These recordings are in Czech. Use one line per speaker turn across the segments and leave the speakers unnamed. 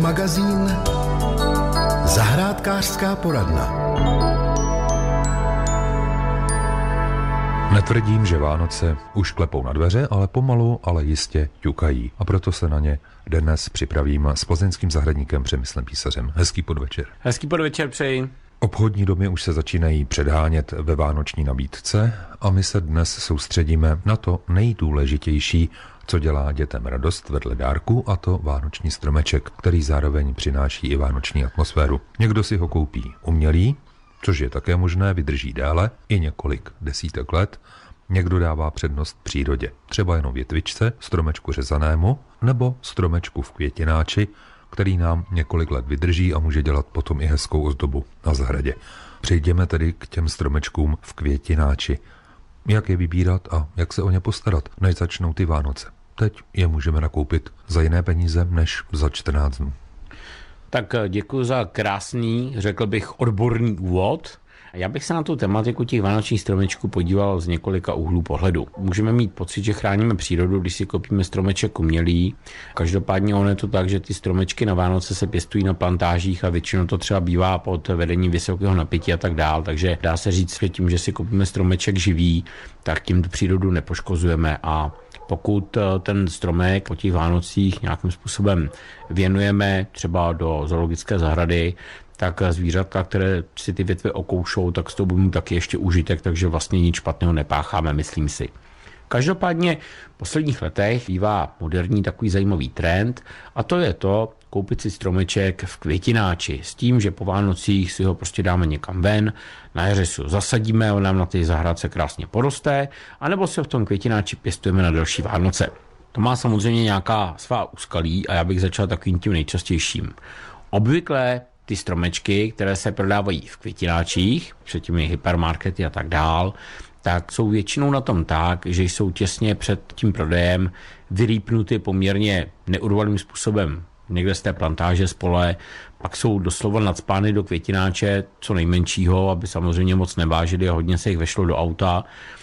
magazín Zahrádkářská poradna.
Netvrdím, že Vánoce už klepou na dveře, ale pomalu, ale jistě ťukají. A proto se na ně dnes připravím s plzeňským zahradníkem Přemyslem Písařem. Hezký podvečer.
Hezký podvečer přeji.
Obchodní domy už se začínají předhánět ve vánoční nabídce a my se dnes soustředíme na to nejdůležitější, co dělá dětem radost vedle dárku, a to vánoční stromeček, který zároveň přináší i vánoční atmosféru. Někdo si ho koupí umělý, což je také možné, vydrží déle, i několik desítek let. Někdo dává přednost přírodě, třeba jenom větvičce, stromečku řezanému, nebo stromečku v květináči, který nám několik let vydrží a může dělat potom i hezkou ozdobu na zahradě. Přejdeme tedy k těm stromečkům v květináči. Jak je vybírat a jak se o ně postarat, než začnou ty Vánoce. Teď je můžeme nakoupit za jiné peníze než za 14 dnů.
Tak děkuji za krásný, řekl bych, odborný úvod. Já bych se na tu tematiku těch vánočních stromečků podíval z několika úhlů pohledu. Můžeme mít pocit, že chráníme přírodu, když si koupíme stromeček umělý. Každopádně ono je to tak, že ty stromečky na Vánoce se pěstují na plantážích a většinou to třeba bývá pod vedením vysokého napětí a tak dál. Takže dá se říct, že tím, že si koupíme stromeček živý, tak tím tu přírodu nepoškozujeme. A pokud ten stromek po těch Vánocích nějakým způsobem věnujeme třeba do zoologické zahrady, tak zvířatka, které si ty větve okoušou, tak z toho budou taky ještě užitek, takže vlastně nic špatného nepácháme, myslím si. Každopádně v posledních letech bývá moderní takový zajímavý trend, a to je to koupit si stromeček v květináči s tím, že po Vánocích si ho prostě dáme někam ven, na jaře si ho zasadíme, on nám na té zahrádce krásně poroste, anebo si ho v tom květináči pěstujeme na další Vánoce. To má samozřejmě nějaká svá úskalí a já bych začal takovým tím nejčastějším. Obvykle ty stromečky, které se prodávají v květináčích, před těmi hypermarkety a tak dál, tak jsou většinou na tom tak, že jsou těsně před tím prodejem vyrýpnuty poměrně neurvalým způsobem někde z té plantáže, z pole, pak jsou doslova nacpány do květináče co nejmenšího, aby samozřejmě moc nevážili a hodně se jich vešlo do auta,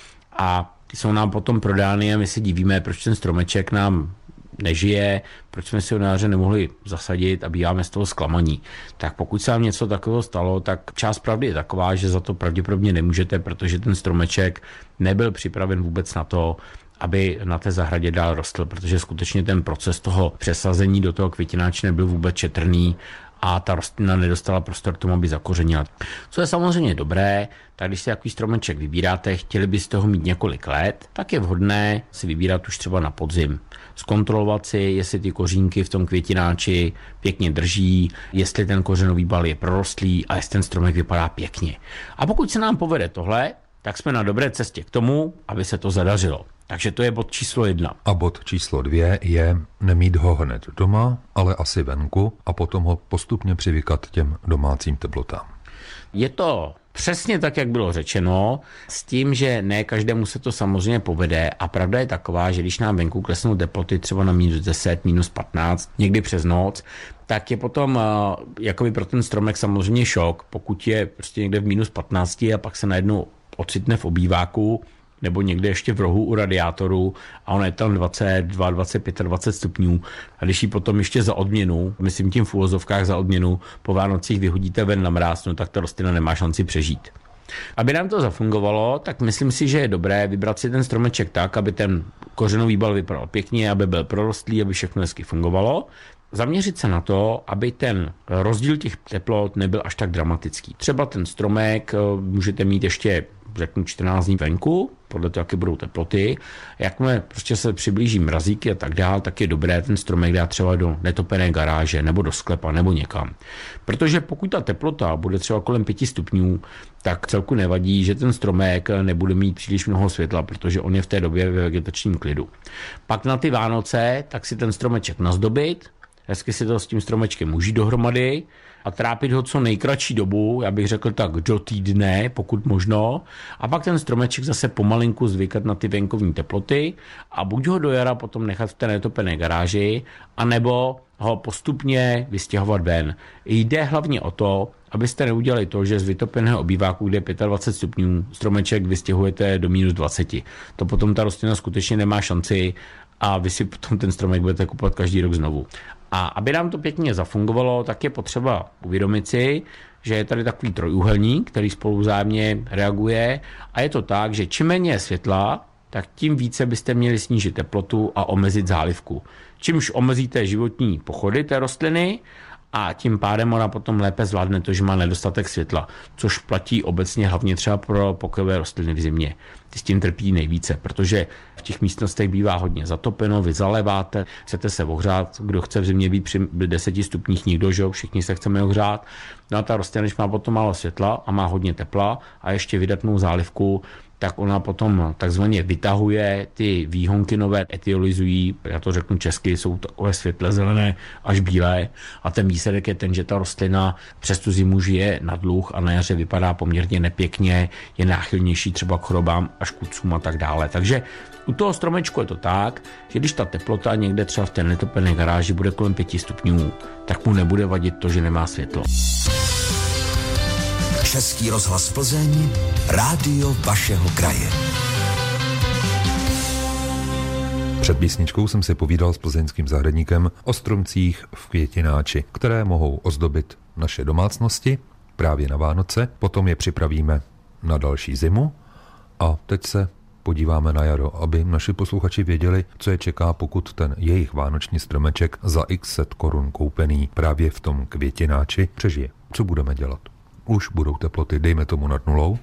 a ty jsou nám potom prodány a my se divíme, proč ten stromeček nám nežije, proč jsme si ho na jaře nemohli zasadit a býváme z toho zklamaní. Tak pokud se vám něco takového stalo, tak část pravdy je taková, že za to pravděpodobně nemůžete, protože ten stromeček nebyl připraven vůbec na to, aby na té zahradě dál rostl, protože skutečně ten proces toho přesazení do toho květináče nebyl vůbec šetrný a ta rostlina nedostala prostor k tomu, aby zakořenila. Co je samozřejmě dobré, tak když si takový stromeček vybíráte, chtěli byste ho mít několik let, tak je vhodné si vybírat už třeba na podzim. Zkontrolovat si, jestli ty kořínky v tom květináči pěkně drží, jestli ten kořenový bal je prorostlý a jestli ten stromek vypadá pěkně. A pokud se nám povede tohle, tak jsme na dobré cestě k tomu, aby se to zadařilo. Takže to je bod číslo 1.
A bod číslo 2 je nemít ho hned doma, ale asi venku, a potom ho postupně přivykat těm domácím teplotám.
Je to přesně tak, jak bylo řečeno, s tím, že ne každému se to samozřejmě povede, a pravda je taková, že když nám venku klesnou teploty třeba na -10, -15, někdy přes noc, tak je potom jakoby pro ten stromek samozřejmě šok, pokud je prostě někde v -15 a pak se najednou ocitne v obýváku nebo někde ještě v rohu u radiátoru a ono je tam 22, 25, 20 stupňů. A když ji potom ještě za odměnu, myslím tím v uvozovkách za odměnu, po Vánocích vyhodíte ven na mráz, no tak ta rostlina nemá šanci přežít. Aby nám to zafungovalo, tak myslím si, že je dobré vybrat si ten stromeček tak, aby ten kořenový bal vypadal pěkně, aby byl prorostlý, aby všechno hezky fungovalo. Zaměřit se na to, aby ten rozdíl těch teplot nebyl až tak dramatický. Třeba ten stromek můžete mít ještě, řeknu, 14 dní venku, podle toho, jaké budou teploty. Jakmile prostě se přiblíží mrazíky a tak dál, tak je dobré ten stromek dát třeba do netopené garáže nebo do sklepa nebo někam. Protože pokud ta teplota bude třeba kolem 5 stupňů, tak celku nevadí, že ten stromek nebude mít příliš mnoho světla, protože on je v té době ve vegetačním klidu. Pak na ty Vánoce, tak si ten stromeček nazdobit, hezky si to s tím stromečkem užít dohromady a trápit ho co nejkratší dobu, já bych řekl tak do týdne, pokud možno, a pak ten stromeček zase pomalinku zvykat na ty venkovní teploty a buď ho do jara potom nechat v té netopené garáži, anebo ho postupně vystěhovat ven. Jde hlavně o to, abyste neudělali to, že z vytopeného obýváku, kde je 25 stupňů, stromeček vystěhujete do -20. To potom ta rostlina skutečně nemá šanci a vy si potom ten stromek budete kupovat každý rok znovu. A aby nám to pěkně zafungovalo, tak je potřeba uvědomit si, že je tady takový trojúhelník, který spolu vzájemně reaguje a je to tak, že čím méně světla, tak tím více byste měli snížit teplotu a omezit zálivku. Čímž omezíte životní pochody té rostliny a tím pádem ona potom lépe zvládne to, že má nedostatek světla, což platí obecně hlavně třeba pro pokojové rostliny v zimě. Ty s tím trpí nejvíce, protože v těch místnostech bývá hodně zatopeno, vy zaléváte, chcete se ohřát, kdo chce v zimě být při 10 stupních, nikdo, že jo, všichni se chceme ohřát. No a ta rostlina, když má potom málo světla a má hodně tepla a ještě vydatnou zálivku, tak ona potom takzvaně vytahuje ty výhonky nové, etiolizují, já to řeknu česky, jsou takové světle zelené až bílé a ten výsledek je ten, že ta rostlina přes tu zimu žije na dluh a na jaře vypadá poměrně nepěkně, je náchylnější třeba k chorobám a škůdcům a tak dále. Takže u toho stromečku je to tak, že když ta teplota někde třeba v té netopené garáži bude kolem 5 stupňů, tak mu nebude vadit to, že nemá světlo.
Český rozhlas Plzeň, rádio vašeho kraje.
Před písničkou jsem si povídal s plzeňským zahradníkem o stromcích v květináči, které mohou ozdobit naše domácnosti právě na Vánoce, potom je připravíme na další zimu a teď se podíváme na jaro, aby naši posluchači věděli, co je čeká, pokud ten jejich vánoční stromeček za x set korun koupený právě v tom květináči přežije. Co budeme dělat? Už budou teploty, dejme tomu nad nulou.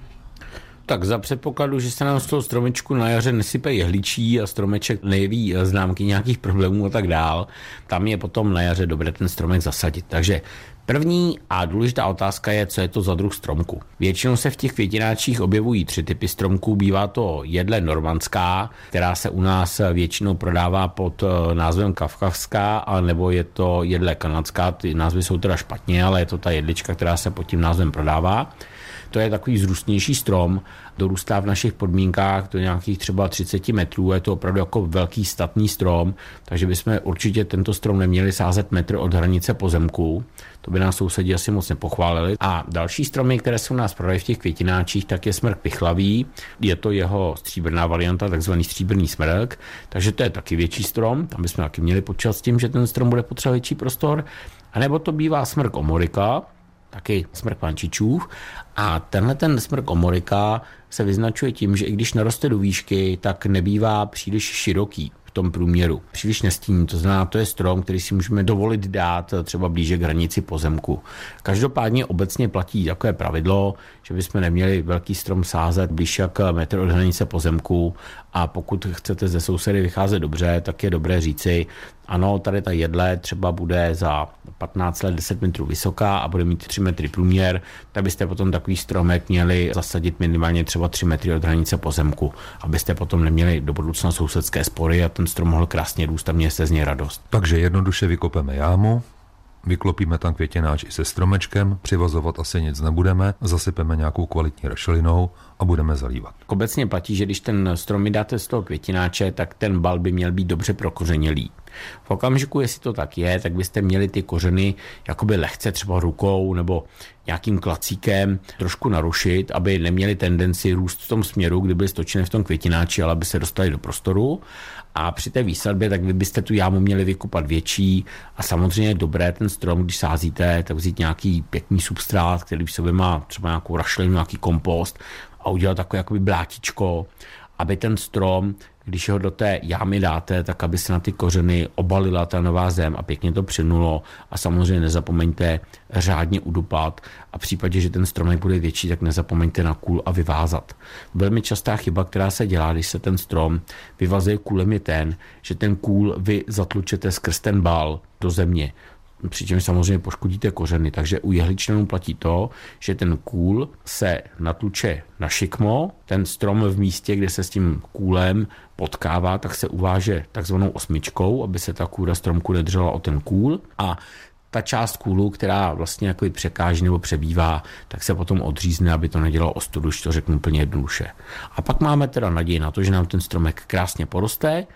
Tak za předpokladu, že se nám z toho stromečku na jaře nesype jehličí a stromeček nejeví známky nějakých problémů a tak dál, tam je potom na jaře dobré ten stromek zasadit. Takže první a důležitá otázka je, co je to za druh stromku. Většinou se v těch květináčích objevují 3 typy stromků. Bývá to jedle normandská, která se u nás většinou prodává pod názvem kavkazská, anebo je to jedle kanadská. Ty názvy jsou teda špatně, ale je to ta jedlička, která se pod tím názvem prodává. To je takový vzrůstnější strom, dorůstá v našich podmínkách do nějakých třeba 30 metrů, je to opravdu jako velký statný strom, takže bychom určitě tento strom neměli sázet metr od hranice pozemku, to by nás sousedí asi moc nepochválili. A další stromy, které se u nás prodají v těch květináčích, tak je smrk pichlavý, je to jeho stříbrná varianta, takzvaný stříbrný smrk, takže to je taky větší strom, tam bychom taky měli počítat s tím, že ten strom bude potřebovat větší prostor, anebo to bývá smrk omorika, taky smrk pančičův. A tenhle ten smrk omorika se vyznačuje tím, že i když naroste do výšky, tak nebývá příliš široký v tom průměru. Příliš nestíní, to znamená, to je strom, který si můžeme dovolit dát třeba blíže k hranici pozemku. Každopádně obecně platí takové pravidlo, že bychom neměli velký strom sázet blíž jak metr od hranice pozemku a pokud chcete ze sousedy vycházet dobře, tak je dobré říci, ano, tady ta jedle třeba bude za 15 let 10 metrů vysoká a bude mít 3 metry průměr, tak byste potom takový stromek měli zasadit minimálně třeba 3 metry od hranice pozemku, abyste potom neměli do budoucna sousedské spory a ten strom mohl krásně růst a měli se z něj radost.
Takže jednoduše vykopeme jámu, vyklopíme tam květináč i se stromečkem, přivazovat asi nic nebudeme, zasypeme nějakou kvalitní rašelinou a budeme zalívat.
Obecně platí, že když ten strom dáte z toho květináče, tak ten bal by měl být dobře prokořenělý. V okamžiku, jestli to tak je, tak byste měli ty kořeny jakoby lehce třeba rukou nebo nějakým klacíkem trošku narušit, aby neměli tendenci růst v tom směru, kdy byly stočené v tom květináči, ale aby se dostali do prostoru. A při té výsadbě, tak vy byste tu jámu měli vykopat větší a samozřejmě je dobré ten strom, když sázíte, tak vzít nějaký pěkný substrát, který v sobě má třeba nějakou rašelinu, nějaký kompost a udělat takové jakoby blátičko, aby ten strom, když ho do té jámy dáte, tak aby se na ty kořeny obalila ta nová zem a pěkně to přinulo a samozřejmě nezapomeňte řádně udupat a v případě, že ten stromek bude větší, tak nezapomeňte na kůl a vyvázat. Velmi častá chyba, která se dělá, když se ten strom vyvazuje kůlem, je ten, že ten kůl vy zatlučete skrz ten bal do země. Přičemž samozřejmě poškodíte kořeny, takže u jehličnanů platí to, že ten kůl se natluče na šikmo, ten strom v místě, kde se s tím kůlem potkává, tak se uváže takzvanou osmičkou, aby se ta kůra stromku nedržela o ten kůl a ta část kůlu, která vlastně jako překáží nebo přebývá, tak se potom odřízne, aby to nedělalo ostudu, když to řeknu úplně jednoduše. A pak máme teda naději na to, že nám ten stromek krásně poroste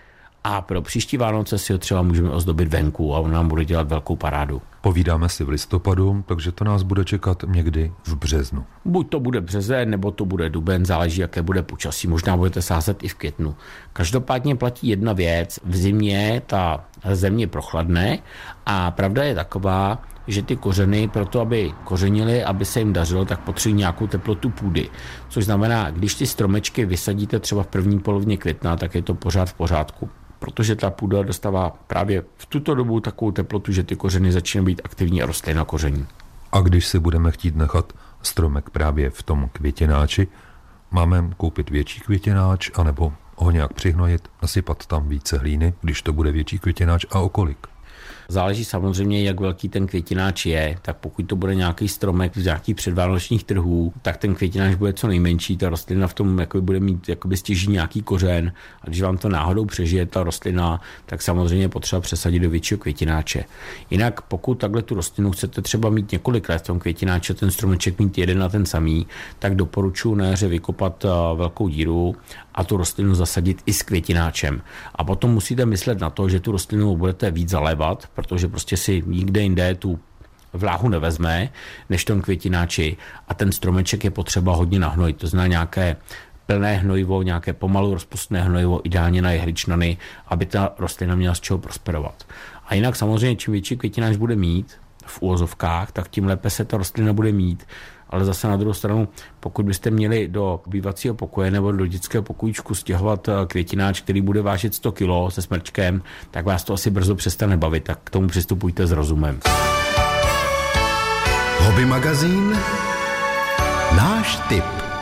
a pro příští Vánoce si ho třeba můžeme ozdobit venku a on nám bude dělat velkou parádu.
Povídáme si v listopadu, takže to nás bude čekat někdy v březnu.
Buď to bude březen, nebo to bude duben, záleží, jaké bude počasí. Možná budete sázet i v květnu. Každopádně platí jedna věc. V zimě ta země prochladne a pravda je taková, že ty kořeny, proto aby kořenily, aby se jim dařilo, tak potřebují nějakou teplotu půdy. Což znamená, když ty stromečky vysadíte třeba v první polovině května, tak je to pořád v pořádku. Protože ta půda dostává právě v tuto dobu takovou teplotu, že ty kořeny začínají být aktivní a rostlina koření.
A když si budeme chtít nechat stromek právě v tom květináči, máme koupit větší květináč, anebo ho nějak přihnojit, nasypat tam více hlíny, když to bude větší květináč a o kolik?
Záleží samozřejmě, jak velký ten květináč je, tak pokud to bude nějaký stromek z nějakých předvánočních trhů, tak ten květináč bude co nejmenší, ta rostlina v tom bude mít stěží nějaký kořen a když vám to náhodou přežije ta rostlina, tak samozřejmě je potřeba přesadit do většího květináče. Jinak pokud takhle tu rostlinu chcete třeba mít několik let v tom květináče, ten stromeček mít jeden na ten samý, tak doporučuji na jaře vykopat velkou díru a tu rostlinu zasadit i s květináčem. A potom musíte myslet na to, že tu rostlinu budete víc zalévat, protože prostě si nikde jinde tu vláhu nevezme, než v tom květináči a ten stromeček je potřeba hodně nahnojit. To znamená nějaké plné hnojivo, nějaké pomalu rozpustné hnojivo, ideálně na jehličnany, aby ta rostlina měla z čeho prosperovat. A jinak samozřejmě, čím větší květináč bude mít v úvozovkách, tak tím lépe se ta rostlina bude mít. Ale zase na druhou stranu, pokud byste měli do obývacího pokoje nebo do dětského pokojíčku stěhovat květináč, který bude vážit 100 kg se smrčkem, tak vás to asi brzo přestane bavit, tak k tomu přistupujte s rozumem.
Hobby magazín Náš tip.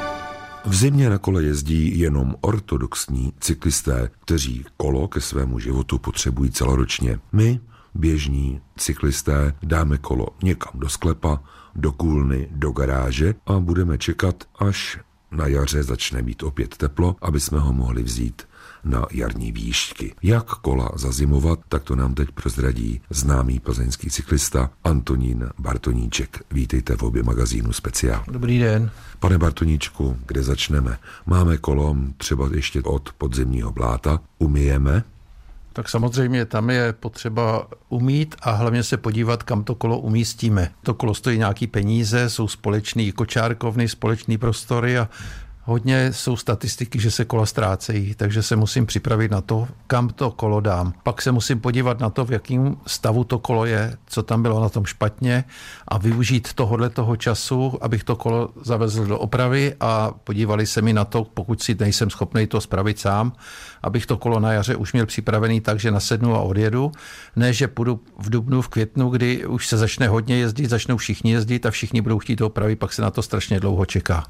V zimě na kole jezdí jenom ortodoxní cyklisté, kteří kolo ke svému životu potřebují celoročně. My, běžní cyklisté, dáme kolo někam do sklepa, do kůlny, do garáže a budeme čekat, až na jaře začne být opět teplo, aby jsme ho mohli vzít na jarní výšky. Jak kola zazimovat, tak to nám teď prozradí známý plzeňský cyklista Antonín Bartoníček. Vítejte v Hobby magazínu Speciál.
Dobrý den.
Pane Bartoníčku, kde začneme? Máme kolo třeba ještě od podzimního bláta, umyjeme?
Tak samozřejmě tam je potřeba umýt a hlavně se podívat, kam to kolo umístíme. To kolo stojí nějaký peníze, jsou společný kočárkovny, společný prostory a hodně jsou statistiky, že se kola ztrácejí, takže se musím připravit na to, kam to kolo dám. Pak se musím podívat na to, v jakém stavu to kolo je, co tam bylo na tom špatně a využít toho času, abych to kolo zavezl do opravy a podívali se mi na to, pokud si nejsem schopný to spravit sám, abych to kolo na jaře už měl připravený tak, že nasednu a odjedu. Ne, že půjdu v dubnu, v květnu, kdy už se začne hodně jezdit, začnou všichni jezdit a všichni budou chtít to opravit, pak se na to strašně dlouho čeká.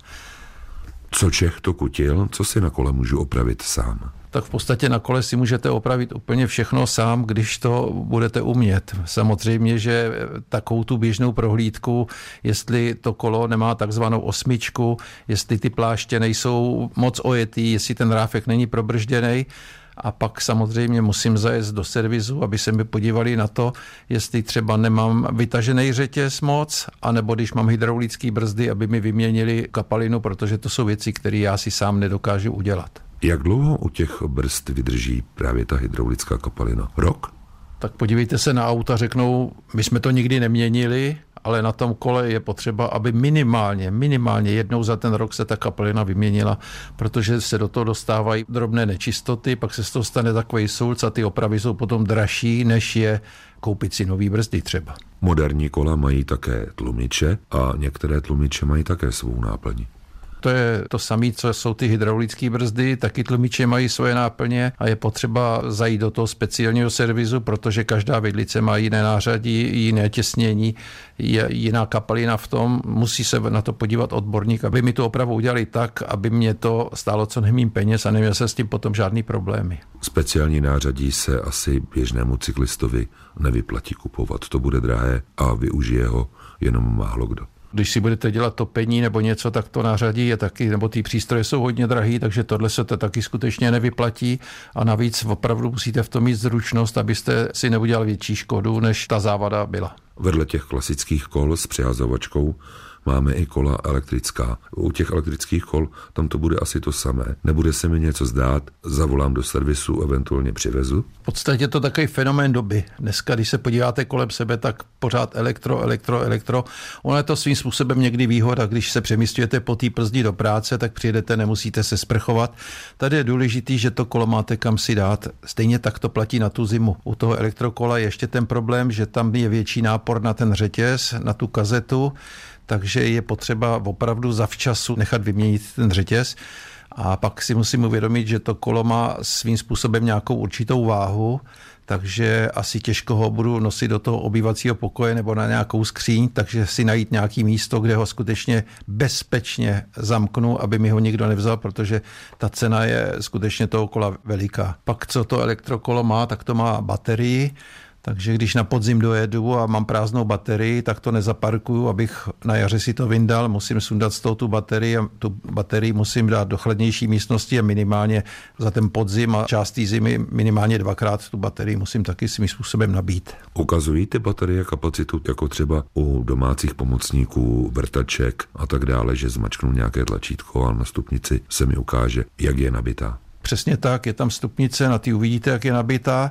Co Čech to kutil, co si na kole můžu opravit sám?
Tak v podstatě na kole si můžete opravit úplně všechno sám, když to budete umět. Samozřejmě, že takovou tu běžnou prohlídku, jestli to kolo nemá takzvanou osmičku, jestli ty pláště nejsou moc ojetý, jestli ten ráfek není probržděnej, a pak samozřejmě musím zajet do servisu, aby se mi podívali na to, jestli třeba nemám vytažený řetěz moc, anebo když mám hydraulické brzdy, aby mi vyměnili kapalinu, protože to jsou věci, které já si sám nedokážu udělat.
Jak dlouho u těch brzd vydrží právě ta hydraulická kapalina? Rok?
Tak podívejte se na auta, řeknou, my jsme to nikdy neměnili, ale na tom kole je potřeba, aby minimálně jednou za ten rok se ta kapalina vyměnila, protože se do toho dostávají drobné nečistoty, pak se z toho stane takový sulc a ty opravy jsou potom dražší, než je koupit si nový brzdy třeba.
Moderní kola mají také tlumiče a některé tlumiče mají také svou náplň.
To je to samé, co jsou ty hydraulické brzdy, taky tlumiče mají svoje náplně a je potřeba zajít do toho speciálního servisu, protože každá vidlice má jiné nářadí, jiné těsnění, je jiná kapalina v tom, musí se na to podívat odborník, aby mi tu opravu udělali tak, aby mě to stálo co nejméně peněz a neměl se s tím potom žádný problémy.
Speciální nářadí se asi běžnému cyklistovi nevyplatí kupovat, to bude drahé a využije ho jenom málo kdo.
Když si budete dělat topení nebo něco, tak to nářadí je taky, nebo ty přístroje jsou hodně drahý, takže tohle se to taky skutečně nevyplatí a navíc opravdu musíte v tom mít zručnost, abyste si neudělal větší škodu, než ta závada byla.
Vedle těch klasických kol s přihazovačkou máme i kola elektrická. U těch elektrických kol tam to bude asi to samé. Nebude se mi něco zdát, zavolám do servisu, eventuálně přivezu.
V podstatě je to takový fenomén doby. Dneska, když se podíváte kolem sebe, tak pořád elektro. Ono je to svým způsobem někdy výhoda, když se přemístujete po té Plzni do práce, tak přijedete, nemusíte se sprchovat. Tady je důležitý, že to kolo máte kam si dát. Stejně tak to platí na tu zimu. U toho elektrokola je ještě ten problém, že tam je větší nápor na ten řetěz, na tu kazetu, takže je potřeba opravdu zavčasu nechat vyměnit ten řetěz. A pak si musím uvědomit, že to kolo má svým způsobem nějakou určitou váhu, takže asi těžko ho budu nosit do toho obývacího pokoje nebo na nějakou skříň, takže si najít nějaké místo, kde ho skutečně bezpečně zamknu, aby mi ho nikdo nevzal, protože ta cena je skutečně toho kola veliká. Pak co to elektrokolo má, tak to má baterii, takže když na podzim dojedu a mám prázdnou baterii, tak to nezaparkuju, abych na jaře si to vyndal, musím sundat z toho tu baterii musím dát do chladnější místnosti a minimálně za ten podzim a část té zimy minimálně 2krát tu baterii musím taky svým způsobem nabít.
Ukazují ty baterie kapacitu jako třeba u domácích pomocníků, vrtaček a tak dále, že zmačknu nějaké tlačítko a na stupnici se mi ukáže, jak je nabitá?
Přesně tak, je tam stupnice, na ty uvidíte, jak je nabitá.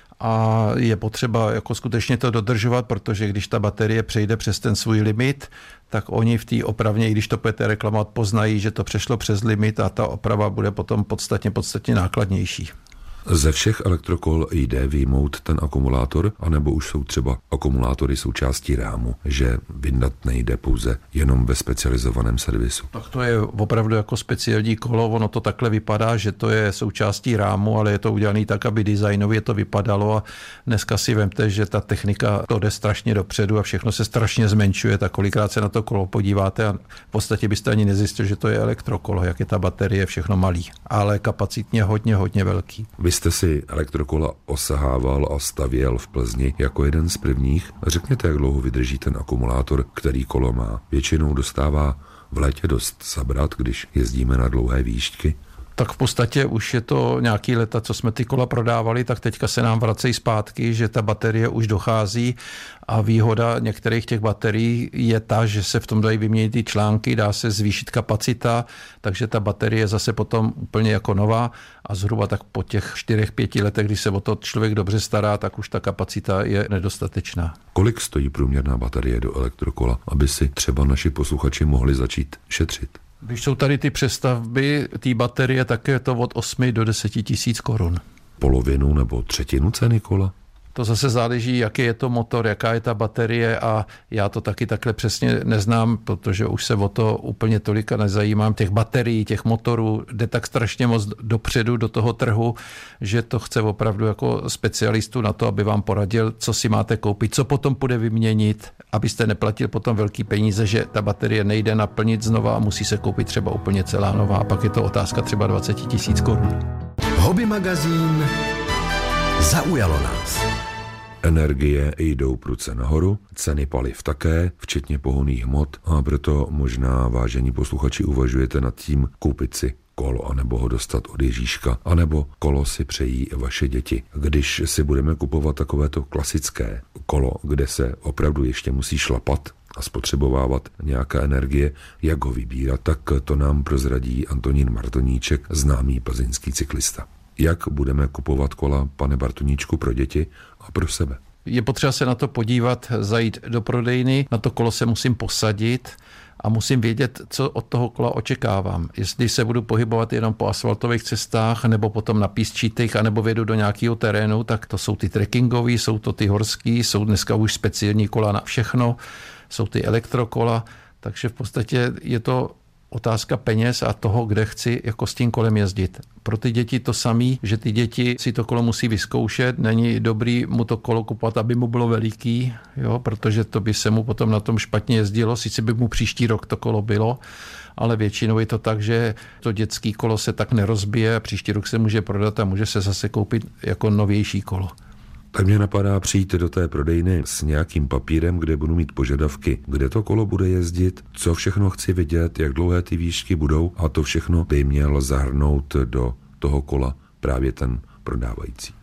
A je potřeba jako skutečně to dodržovat, protože když ta baterie přejde přes ten svůj limit, tak oni v té opravně, i když to budete reklamovat, poznají, že to přešlo přes limit a ta oprava bude potom podstatně nákladnější.
Ze všech elektrokol jde vyjmout ten akumulátor, anebo už jsou třeba akumulátory součástí rámu, že vyndat nejde pouze jenom ve specializovaném servisu?
Tak to je opravdu jako speciální kolo, ono to takhle vypadá, že to je součástí rámu, ale je to udělané tak, aby designově to vypadalo a dneska si vemte, že ta technika to jde strašně dopředu a všechno se strašně zmenšuje, tak kolikrát se na to kolo podíváte a v podstatě byste ani nezjistil, že to je elektrokolo, jak je ta baterie, všechno malý, ale kapacitně hodně velký.
Vy jste si elektrokola osahával a stavěl v Plzni jako jeden z prvních. Řekněte, jak dlouho vydrží ten akumulátor, který kolo má. Většinou dostává v létě dost zabrat, když jezdíme na dlouhé výšky.
Tak v podstatě už je to nějaký leta, co jsme ty kola prodávali, tak teďka se nám vracejí zpátky, že ta baterie už dochází a výhoda některých těch baterií je ta, že se v tom dají vyměnit ty články, dá se zvýšit kapacita, takže ta baterie je zase potom úplně jako nová a zhruba tak po těch 4-5 letech, když se o to člověk dobře stará, tak už ta kapacita je nedostatečná.
Kolik stojí průměrná baterie do elektrokola, aby si třeba naši posluchači mohli začít šetřit?
Když jsou tady ty přestavby, té baterie, tak je to od 8 do 10 tisíc korun.
Polovinu nebo třetinu ceny kola?
To zase záleží, jaký je to motor, jaká je ta baterie a já to taky takhle přesně neznám, protože už se o to úplně tolika nezajímám. Těch baterií, těch motorů jde tak strašně moc dopředu do toho trhu, že to chce opravdu jako specialistu na to, aby vám poradil, co si máte koupit, co potom půjde vyměnit, abyste neplatil potom velký peníze, že ta baterie nejde naplnit znova a musí se koupit třeba úplně celá nová a pak je to otázka třeba 20 tisíc korun.
Hobby magazín zaujalo nás.
Energie jdou prudce nahoru, ceny paliv také, včetně pohonných hmot, a proto možná, vážení posluchači, uvažujete nad tím koupit si kolo, anebo ho dostat od Ježíška, anebo kolo si přejí vaše děti. Když si budeme kupovat takovéto klasické kolo, kde se opravdu ještě musí šlapat a spotřebovávat nějaká energie, jak ho vybírat, tak to nám prozradí Antonín Bartoníček, známý plzeňský cyklista. Jak budeme kupovat kola, pane Bartoníčku, pro děti a pro sebe?
Je potřeba se na to podívat, zajít do prodejny, na to kolo se musím posadit a musím vědět, co od toho kola očekávám. Jestli se budu pohybovat jenom po asfaltových cestách, nebo potom na písčitých, anebo vědu do nějakého terénu, tak to jsou ty trekkingový, jsou to ty horský, jsou dneska už speciální kola na všechno, jsou ty elektrokola, takže v podstatě je to otázka peněz a toho, kde chci jako s tím kolem jezdit. Pro ty děti to samé, že ty děti si to kolo musí vyzkoušet, není dobrý mu to kolo kupovat, aby mu bylo veliký, jo, protože to by se mu potom na tom špatně jezdilo, sice by mu příští rok to kolo bylo, ale většinou je to tak, že to dětský kolo se tak nerozbije a příští rok se může prodat a může se zase koupit jako novější kolo.
Tak mě napadá přijít do té prodejny s nějakým papírem, kde budu mít požadavky, kde to kolo bude jezdit, co všechno chci vidět, jak dlouhé ty výšky budou, a to všechno by měl zahrnout do toho kola právě ten prodávající.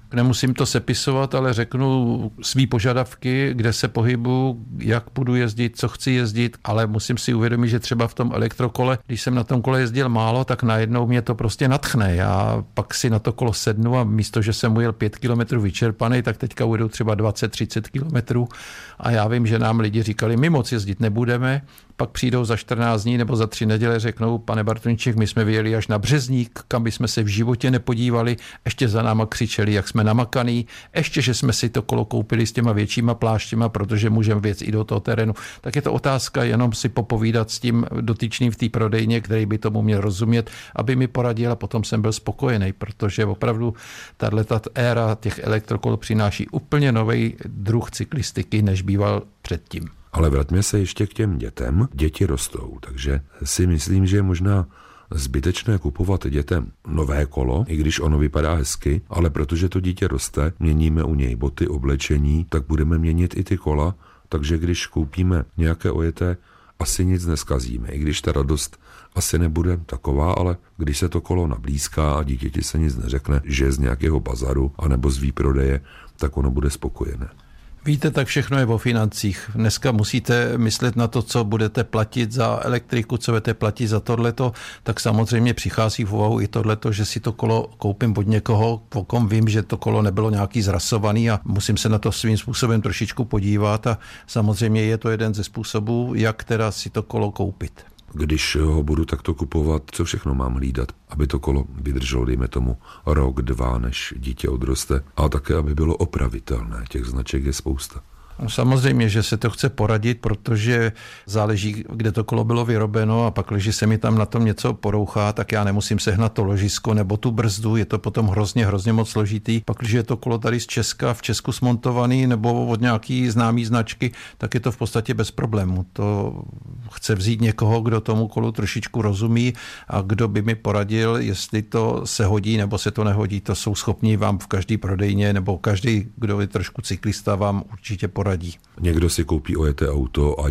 Nemusím to sepisovat, ale řeknu svý požadavky, kde se pohybu, jak budu jezdit, co chci jezdit, ale musím si uvědomit, že třeba v tom elektrokole, když jsem na tom kole jezdil málo, tak najednou mě to prostě nadchne. Já pak si na to kolo sednu a místo, že jsem ujel 5 kilometrů vyčerpaný, tak teďka ujedu třeba 20-30 kilometrů a já vím, že nám lidi říkali, my moc jezdit nebudeme, pak přijdou za 14 dní nebo za 3 neděle, řeknou, pane Bartoníček, my jsme vyjeli až na Březník, kam bychom se v životě nepodívali, ještě za náma křičeli, jak jsme namakaný, ještě, že jsme si to kolo koupili s těma většíma pláštěma, protože můžeme věc i do toho terénu. Tak je to otázka jenom si popovídat s tím dotyčným v té prodejně, který by tomu měl rozumět, aby mi poradil a potom jsem byl spokojený, protože opravdu tato éra těch elektrokol přináší úplně nový druh cyklistiky, než býval předtím.
Ale vraťme se ještě k těm dětem. Děti rostou, takže si myslím, že je možná zbytečné kupovat dětem nové kolo, i když ono vypadá hezky, ale protože to dítě roste, měníme u něj boty, oblečení, tak budeme měnit i ty kola, takže když koupíme nějaké ojeté, asi nic neskazíme, i když ta radost asi nebude taková, ale když se to kolo nablízká a dítěti se nic neřekne, že je z nějakého bazaru anebo z výprodeje, tak ono bude spokojené.
Víte, tak všechno je o financích. Dneska musíte myslet na to, co budete platit za elektriku, co budete platit za tohleto, tak samozřejmě přichází v úvahu i tohleto, že si to kolo koupím od někoho, po kom vím, že to kolo nebylo nějaký zrasovaný a musím se na to svým způsobem trošičku podívat a samozřejmě je to jeden ze způsobů, jak teda si to kolo koupit.
Když ho budu takto kupovat, co všechno mám hlídat, aby to kolo vydrželo, dejme tomu, rok, 2, než dítě odroste, a také, aby bylo opravitelné. Těch značek je spousta.
Samozřejmě, že se to chce poradit, protože záleží, kde to kolo bylo vyrobeno a pak, když se mi tam na tom něco porouchá, tak já nemusím sehnat to ložisko nebo tu brzdu, je to potom hrozně moc složitý. Pak, když je to kolo tady z Česka, v Česku smontovaný nebo od nějaký známý značky, tak je to v podstatě bez problému. To chce vzít někoho, kdo tomu kolu trošičku rozumí a kdo by mi poradil, jestli to se hodí nebo se to nehodí. To jsou schopní vám v každý prodejně nebo každý, kdo je trošku cyklista, vám určitě poradí.
Někdo si koupí ojeté auto a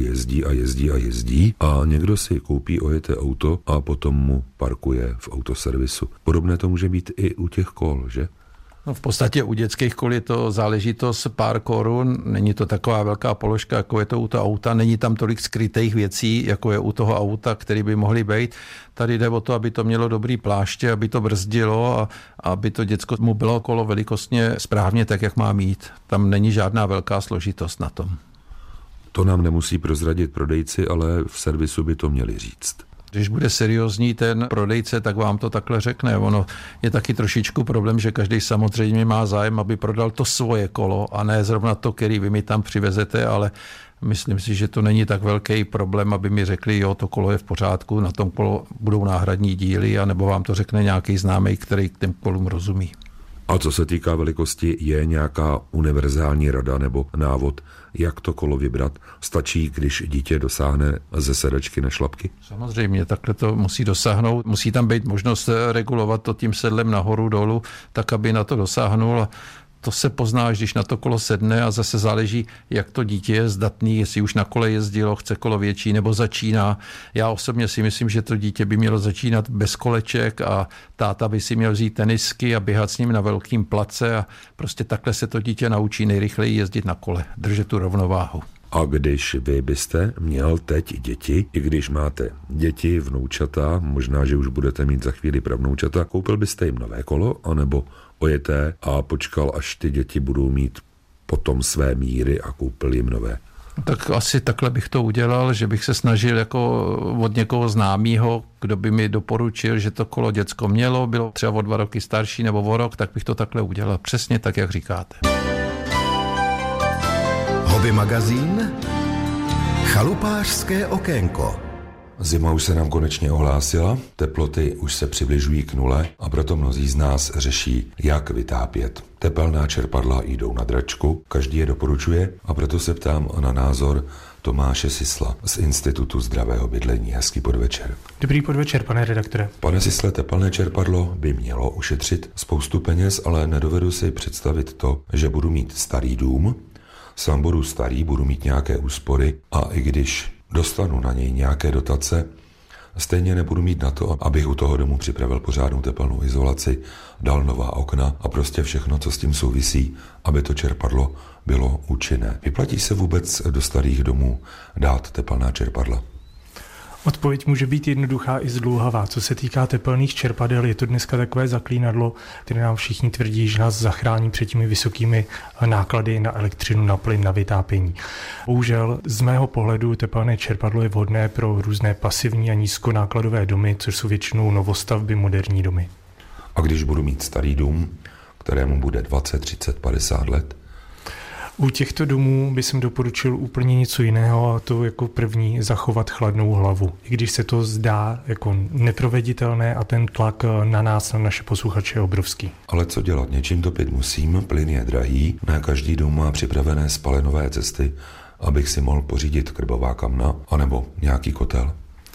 jezdí a někdo si koupí ojeté auto a potom mu parkuje v autoservisu. Podobné to může být i u těch kol, že?
No v podstatě u dětských kol je to záležitost pár korun, není to taková velká položka, jako je to u toho auta, není tam tolik skrytých věcí, jako je u toho auta, které by mohly být. Tady jde o to, aby to mělo dobrý pláště, aby to brzdilo a aby to děcko mu bylo kolo velikostně správně tak, jak má mít. Tam není žádná velká složitost na tom.
To nám nemusí prozradit prodejci, ale v servisu by to měli říct.
Když bude seriózní ten prodejce, tak vám to takhle řekne. Ono je taky trošičku problém, že každý samozřejmě má zájem, aby prodal to svoje kolo a ne zrovna to, který vy mi tam přivezete, ale myslím si, že to není tak velký problém, aby mi řekli, jo, to kolo je v pořádku, na tom kolo budou náhradní díly, anebo vám to řekne nějaký známý, který k těm kolům rozumí.
A co se týká velikosti, je nějaká univerzální rada nebo návod, jak to kolo vybrat? Stačí, když dítě dosáhne ze sedačky na šlapky?
Samozřejmě, takhle to musí dosáhnout. Musí tam být možnost regulovat to tím sedlem nahoru, dolů, tak, aby na to dosáhnul. A to se pozná, když na to kolo sedne a zase záleží, jak to dítě je zdatný, jestli už na kole jezdilo, chce kolo větší nebo začíná. Já osobně si myslím, že to dítě by mělo začínat bez koleček a táta by si měl vzít tenisky a běhat s ním na velkým place a prostě takhle se to dítě naučí nejrychleji jezdit na kole, držet tu rovnováhu.
A když vy byste měl teď děti, i když máte děti, vnoučata, možná, že už budete mít za chvíli pravnoučata, koupil byste jim nové kolo, anebo ojeté a počkal, až ty děti budou mít potom své míry a koupil jim nové?
Tak asi takhle bych to udělal, že bych se snažil jako od někoho známého, kdo by mi doporučil, že to kolo děcko mělo, bylo třeba o 2 roky starší nebo o rok, tak bych to takhle udělal. Přesně tak, jak říkáte.
Hobby magazín Chalupářské okénko.
Zima už se nám konečně ohlásila, teploty už se přibližují k nule a proto mnozí z nás řeší, jak vytápět. Tepelná čerpadla jdou na dračku, každý je doporučuje a proto se ptám na názor Tomáše Sisla z Institutu zdravého bydlení. Hezký podvečer.
Dobrý podvečer, pane redaktore.
Pane Sisle, tepelné čerpadlo by mělo ušetřit spoustu peněz, ale nedovedu si představit to, že budu mít starý dům, sám budu starý, budu mít nějaké úspory a i když dostanu na něj nějaké dotace,
Stejně nebudu mít na to, abych u toho domu připravil pořádnou tepelnou izolaci, dal nová okna a prostě všechno, co s tím souvisí, aby to čerpadlo bylo účinné. Vyplatí se vůbec do starých domů dát tepelná čerpadla?
Odpověď může být jednoduchá i zdlouhavá. Co se týká tepelných čerpadel, je to dneska takové zaklínadlo, které nám všichni tvrdí, že nás zachrání před těmi vysokými náklady na elektřinu, na plyn, na vytápění. Bohužel z mého pohledu tepelné čerpadlo je vhodné pro různé pasivní a nízkonákladové domy, což jsou většinou novostavby, moderní domy.
A když budu mít starý dům, kterému bude 20, 30, 50 let?
U těchto domů by jsem doporučil úplně něco jiného, a to jako první zachovat chladnou hlavu. I když se to zdá jako neproveditelné a ten tlak na nás, na naše posluchače je obrovský.
Ale co dělat? Něčím topit musím, plyn je drahý, ne každý dům má připravené spalinové cesty, abych si mohl pořídit krbová kamna anebo nějaký kotel.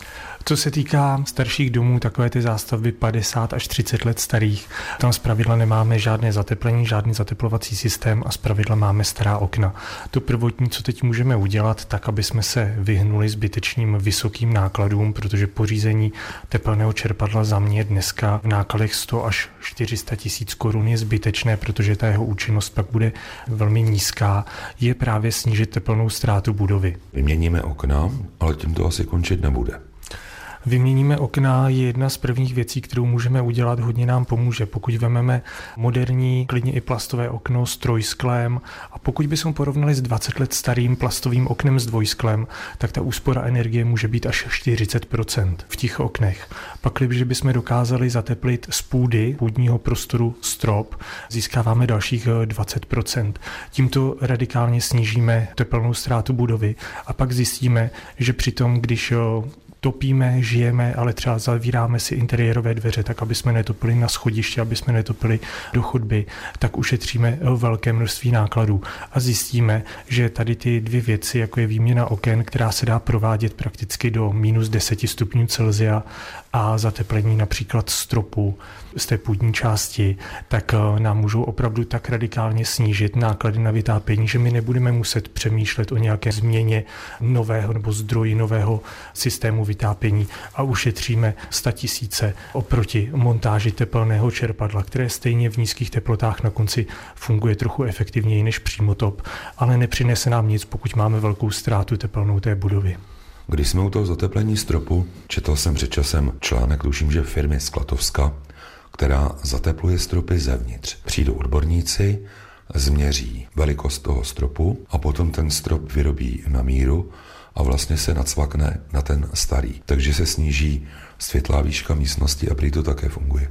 Co se týká starších domů, takové ty zástavby 50 až 30 let starých, tam zpravidla nemáme žádné zateplení, žádný zateplovací systém a zpravidla máme stará okna. To prvotní, co teď můžeme udělat, tak aby jsme se vyhnuli zbytečným vysokým nákladům, protože pořízení tepelného čerpadla za mě dneska v nákladech 100 až 400 tisíc korun je zbytečné, protože ta jeho účinnost pak bude velmi nízká, je právě snížit tepelnou ztrátu budovy.
Vyměníme okna, ale tím to asi končit nebude.
Vyměníme okna je jedna z prvních věcí, kterou můžeme udělat, hodně nám pomůže. Pokud vezmeme moderní, klidně i plastové okno s trojsklem a pokud bychom porovnali s 20 let starým plastovým oknem s dvojsklem, tak ta úspora energie může být až 40% v těch oknech. Pak, když bychom dokázali zateplit z půdy, půdního prostoru strop, získáváme dalších 20%. Tímto radikálně snížíme tepelnou ztrátu budovy a pak zjistíme, že přitom, když topíme, žijeme, ale třeba zavíráme si interiérové dveře, tak aby jsme netopili na schodiště, aby jsme netopili do chodby, tak ušetříme velké množství nákladů. A zjistíme, že tady ty dvě věci, jako je výměna oken, která se dá provádět prakticky do minus 10 stupňů Celsia a zateplení například stropu z té půdní části, tak nám můžou opravdu tak radikálně snížit náklady na vytápění, že my nebudeme muset přemýšlet o nějaké změně nového nebo zdroji nového systému vytápění a ušetříme 100 000 oproti montáži tepelného čerpadla, které stejně v nízkých teplotách na konci funguje trochu efektivněji než přímotop, ale nepřinese nám nic, pokud máme velkou ztrátu tepelnou té budovy.
Když jsme u toho zateplení stropu, četl jsem před časem článek, tuším, že firmy z Klatovska, která zatepluje stropy zevnitř. Přijdou odborníci, změří velikost toho stropu a potom ten strop vyrobí na míru a vlastně se nacvakne na ten starý. Takže se sníží světlá výška místnosti a prý to také funguje.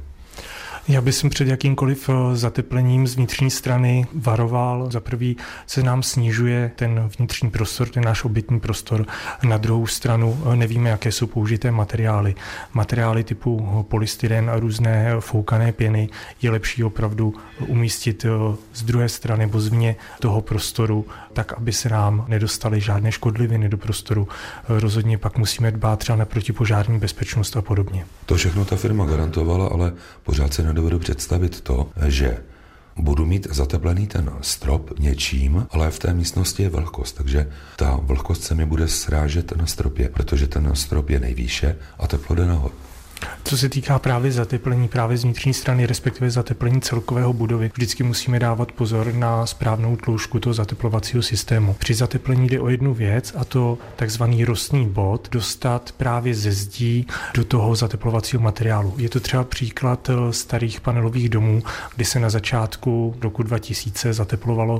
Já bych před jakýmkoliv zateplením z vnitřní strany varoval. Za prvý se nám snižuje ten vnitřní prostor, ten náš obytný prostor. Na druhou stranu nevíme, jaké jsou použité materiály. Materiály typu polystyren a různé foukané pěny je lepší opravdu umístit z druhé strany nebo zvně toho prostoru, tak aby se nám nedostaly žádné škodliviny do prostoru. Rozhodně pak musíme dbát třeba na protipožární bezpečnost a podobně.
To všechno ta firma garantovala, ale pořád se nedovedu představit to, že budu mít zateplený ten strop něčím, ale v té místnosti je vlhkost, takže ta vlhkost se mi bude srážet na stropě, protože ten strop je nejvýše a teplo jde nahoru.
Co se týká právě zateplení, právě z vnitřní strany, respektive zateplení celkového budovy, vždycky musíme dávat pozor na správnou tloušťku toho zateplovacího systému. Při zateplení jde o jednu věc, a to takzvaný rostný bod, dostat právě ze zdí do toho zateplovacího materiálu. Je to třeba příklad starých panelových domů, kdy se na začátku roku 2000 zateplovalo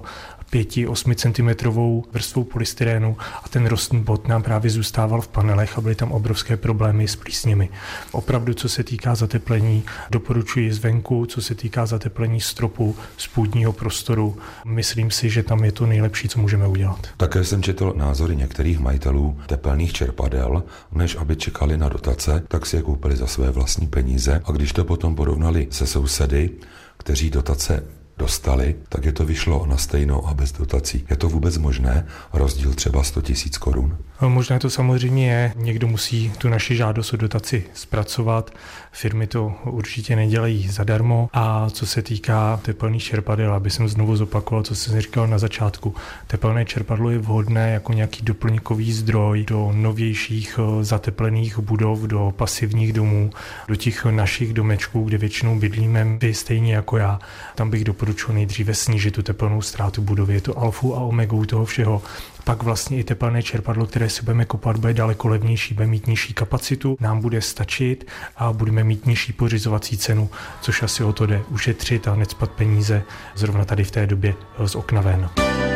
5-8 cm vrstvou polystyrénu a ten rostný bod nám právě zůstával v panelech a byly tam obrovské problémy s plísněmi. Opravdu, co se týká zateplení, doporučuji zvenku, co se týká zateplení stropu z půdního prostoru, myslím si, že tam je to nejlepší, co můžeme udělat.
Také jsem četl názory některých majitelů tepelných čerpadel, než aby čekali na dotace, tak si je koupili za své vlastní peníze a když to potom porovnali se sousedy, kteří dotace dostali, tak je to vyšlo na stejno a bez dotací. Je to vůbec možné? Rozdíl třeba 100 000 korun?
Možné to samozřejmě je. Někdo musí tu naši žádost o dotaci zpracovat. Firmy to určitě nedělají zadarmo. A co se týká tepelných čerpadel, aby jsem znovu zopakoval, co jsem říkal na začátku. Tepelné čerpadlo je vhodné jako nějaký doplňkový zdroj do novějších zateplených budov, do pasivních domů, do těch našich domečků, kde většinou bydlíme, vy stejně jako já. Tam bych doporučil nejdříve snížit tu tepelnou ztrátu budovy. Je to alfou a omegou toho všeho. Pak vlastně i tepelné čerpadlo, které si budeme kopat, bude daleko levnější, bude mít nižší kapacitu, nám bude stačit a budeme mít nižší pořizovací cenu, což asi o to jde, ušetřit a necpat peníze zrovna tady v té době z okna ven.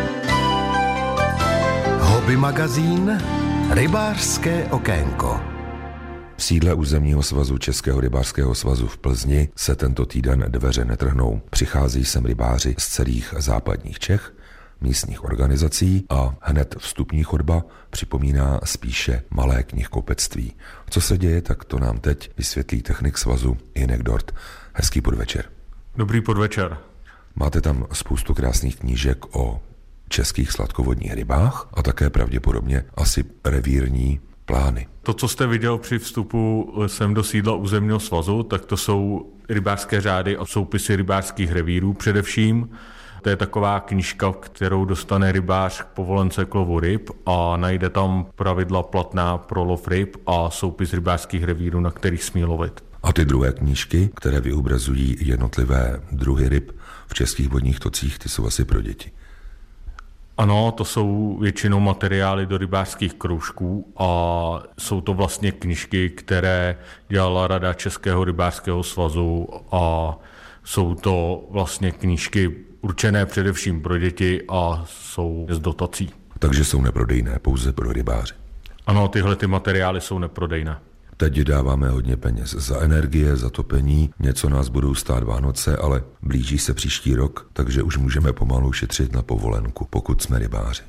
Hobby magazín Rybářské okénko.
V sídle územního svazu Českého rybářského svazu v Plzni se tento týden dveře netrhnou. Přichází sem rybáři z celých západních Čech, místních organizací a hned vstupní chodba připomíná spíše malé knihkupectví. Co se děje, tak to nám teď vysvětlí technik svazu Jinek Dort. Hezký podvečer.
Dobrý podvečer.
Máte tam spoustu krásných knížek o českých sladkovodních rybách a také pravděpodobně asi revírní plány.
To, co jste viděl při vstupu sem do sídla územního svazu, tak to jsou rybářské řády a soupisy rybářských revírů především. To je taková knížka, kterou dostane rybář k povolence k lovu ryb a najde tam pravidla platná pro lov ryb a soupis rybářských revírů, na kterých smí lovit.
A ty druhé knížky, které vyobrazují jednotlivé druhy ryb v českých vodních tocích, ty jsou asi pro děti.
Ano, to jsou většinou materiály do rybářských kroužků a jsou to vlastně knížky, které dělala Rada Českého rybářského svazu a jsou to vlastně knížky určené především pro děti a jsou z dotací.
Takže jsou neprodejné, pouze pro rybáře.
Ano, tyhle ty materiály jsou neprodejné.
Teď dáváme hodně peněz za energie, za topení, něco nás budou stát Vánoce, ale blíží se příští rok, takže už můžeme pomalu šetřit na povolenku, pokud jsme rybáři.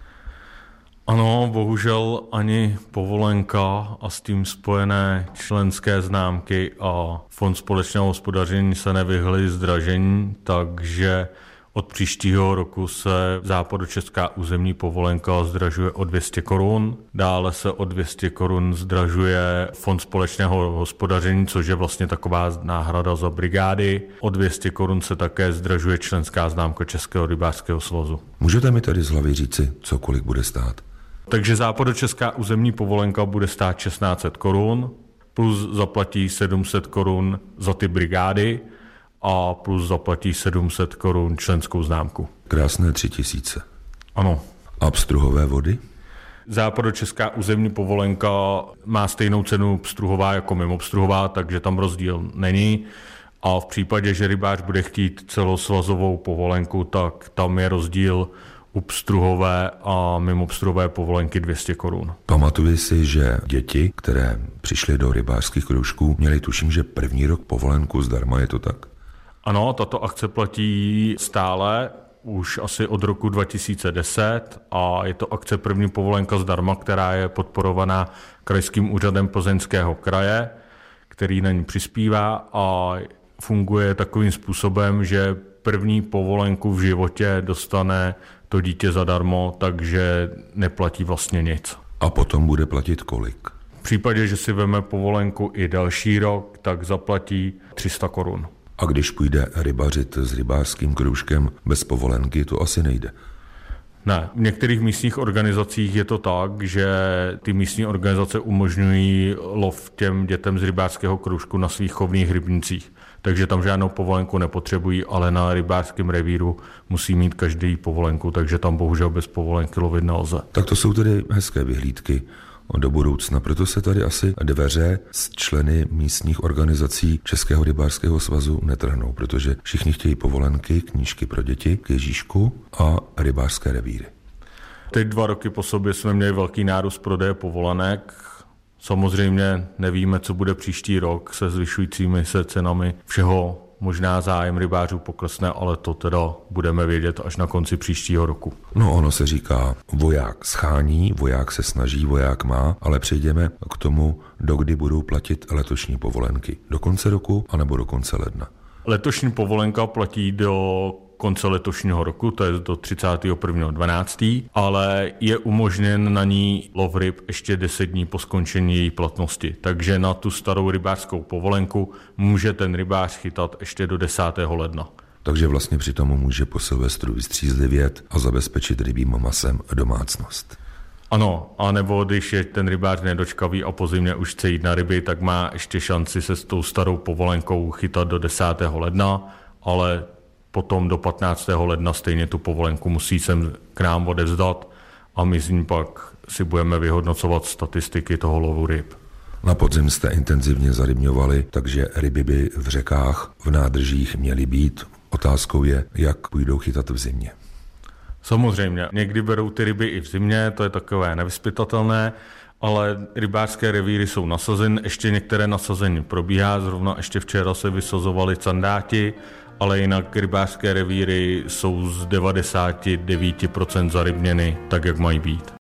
Ano, bohužel ani povolenka a s tím spojené členské známky a Fond společného hospodaření se nevyhly zdražení, takže od příštího roku se západočeská územní povolenka zdražuje o 200 korun. Dále se o 200 korun zdražuje Fond společného hospodaření, což je vlastně taková náhrada za brigády. O 200 korun se také zdražuje členská známka Českého rybářského svazu.
Můžete mi tady z hlavy říci, co kolik bude stát?
Takže západočeská územní povolenka bude stát 1600 korun, plus zaplatí 700 korun za ty brigády a plus zaplatí 700 korun členskou známku.
Krásné 3000.
Ano.
A pstruhové vody?
Západočeská územní povolenka má stejnou cenu pstruhová jako mimopstruhová, takže tam rozdíl není. A v případě, že rybář bude chtít celosvazovou povolenku, tak tam je rozdíl u pstruhové a mimopstruhové povolenky 200 korun.
Pamatuji si, že děti, které přišly do rybářských kroužků, měly tuším, že první rok povolenku zdarma, je to tak?
Ano, tato akce platí stále, už asi od roku 2010 a je to akce první povolenka zdarma, která je podporovaná Krajským úřadem Plzeňského kraje, který na ní přispívá a funguje takovým způsobem, že první povolenku v životě dostane to dítě zadarmo, takže neplatí vlastně nic.
A potom bude platit kolik?
V případě, že si veme povolenku i další rok, tak zaplatí 300 korun.
A když půjde rybařit s rybářským kroužkem bez povolenky, to asi nejde.
Ne, v některých místních organizacích je to tak, že ty místní organizace umožňují lov těm dětem z rybářského kroužku na svých chovných rybnících. Takže tam žádnou povolenku nepotřebují, ale na rybářském revíru musí mít každý povolenku, takže tam bohužel bez povolenky lovit nelze.
Tak to jsou tedy hezké vyhlídky do budoucna, proto se tady asi dveře s členy místních organizací Českého rybářského svazu netrhnou, protože všichni chtějí povolenky, knížky pro děti k Ježíšku a rybářské revíry.
Teď 2 roky po sobě jsme měli velký nárůst prodeje povolenek. Samozřejmě nevíme, co bude příští rok se zvyšujícími se cenami všeho. Možná zájem rybářů poklesne, ale to teda budeme vědět až na konci příštího roku.
No ono se říká, voják schání, voják se snaží, voják má, ale přejdeme k tomu, dokdy budou platit letošní povolenky. Do konce roku anebo do konce ledna?
Letošní povolenka platí do konce letošního roku, to je do 31.12., ale je umožněn na ní lov ryb ještě 10 dní po skončení její platnosti. Takže na tu starou rybářskou povolenku může ten rybář chytat ještě do 10. ledna.
Takže vlastně při tomu může po Silvestru vystřízlivět a zabezpečit rybím masem domácnost.
Ano, anebo když je ten rybář nedočkavý a po zimě už chce jít na ryby, tak má ještě šanci se s tou starou povolenkou chytat do 10. ledna, ale potom do 15. ledna stejně tu povolenku musí sem k nám odevzdat a my z ní pak si budeme vyhodnocovat statistiky toho lovu ryb.
Na podzim jste intenzivně zarybňovali, takže ryby by v řekách, v nádržích měly být. Otázkou je, jak půjdou chytat v zimě.
Samozřejmě, někdy berou ty ryby i v zimě, to je takové nevyzpytatelné, ale rybářské revíry jsou nasazeny, ještě některé nasazení probíhá, zrovna ještě včera se vysazovali candáti, ale jinak rybářské revíry jsou z 99% zarybněny tak, jak mají být.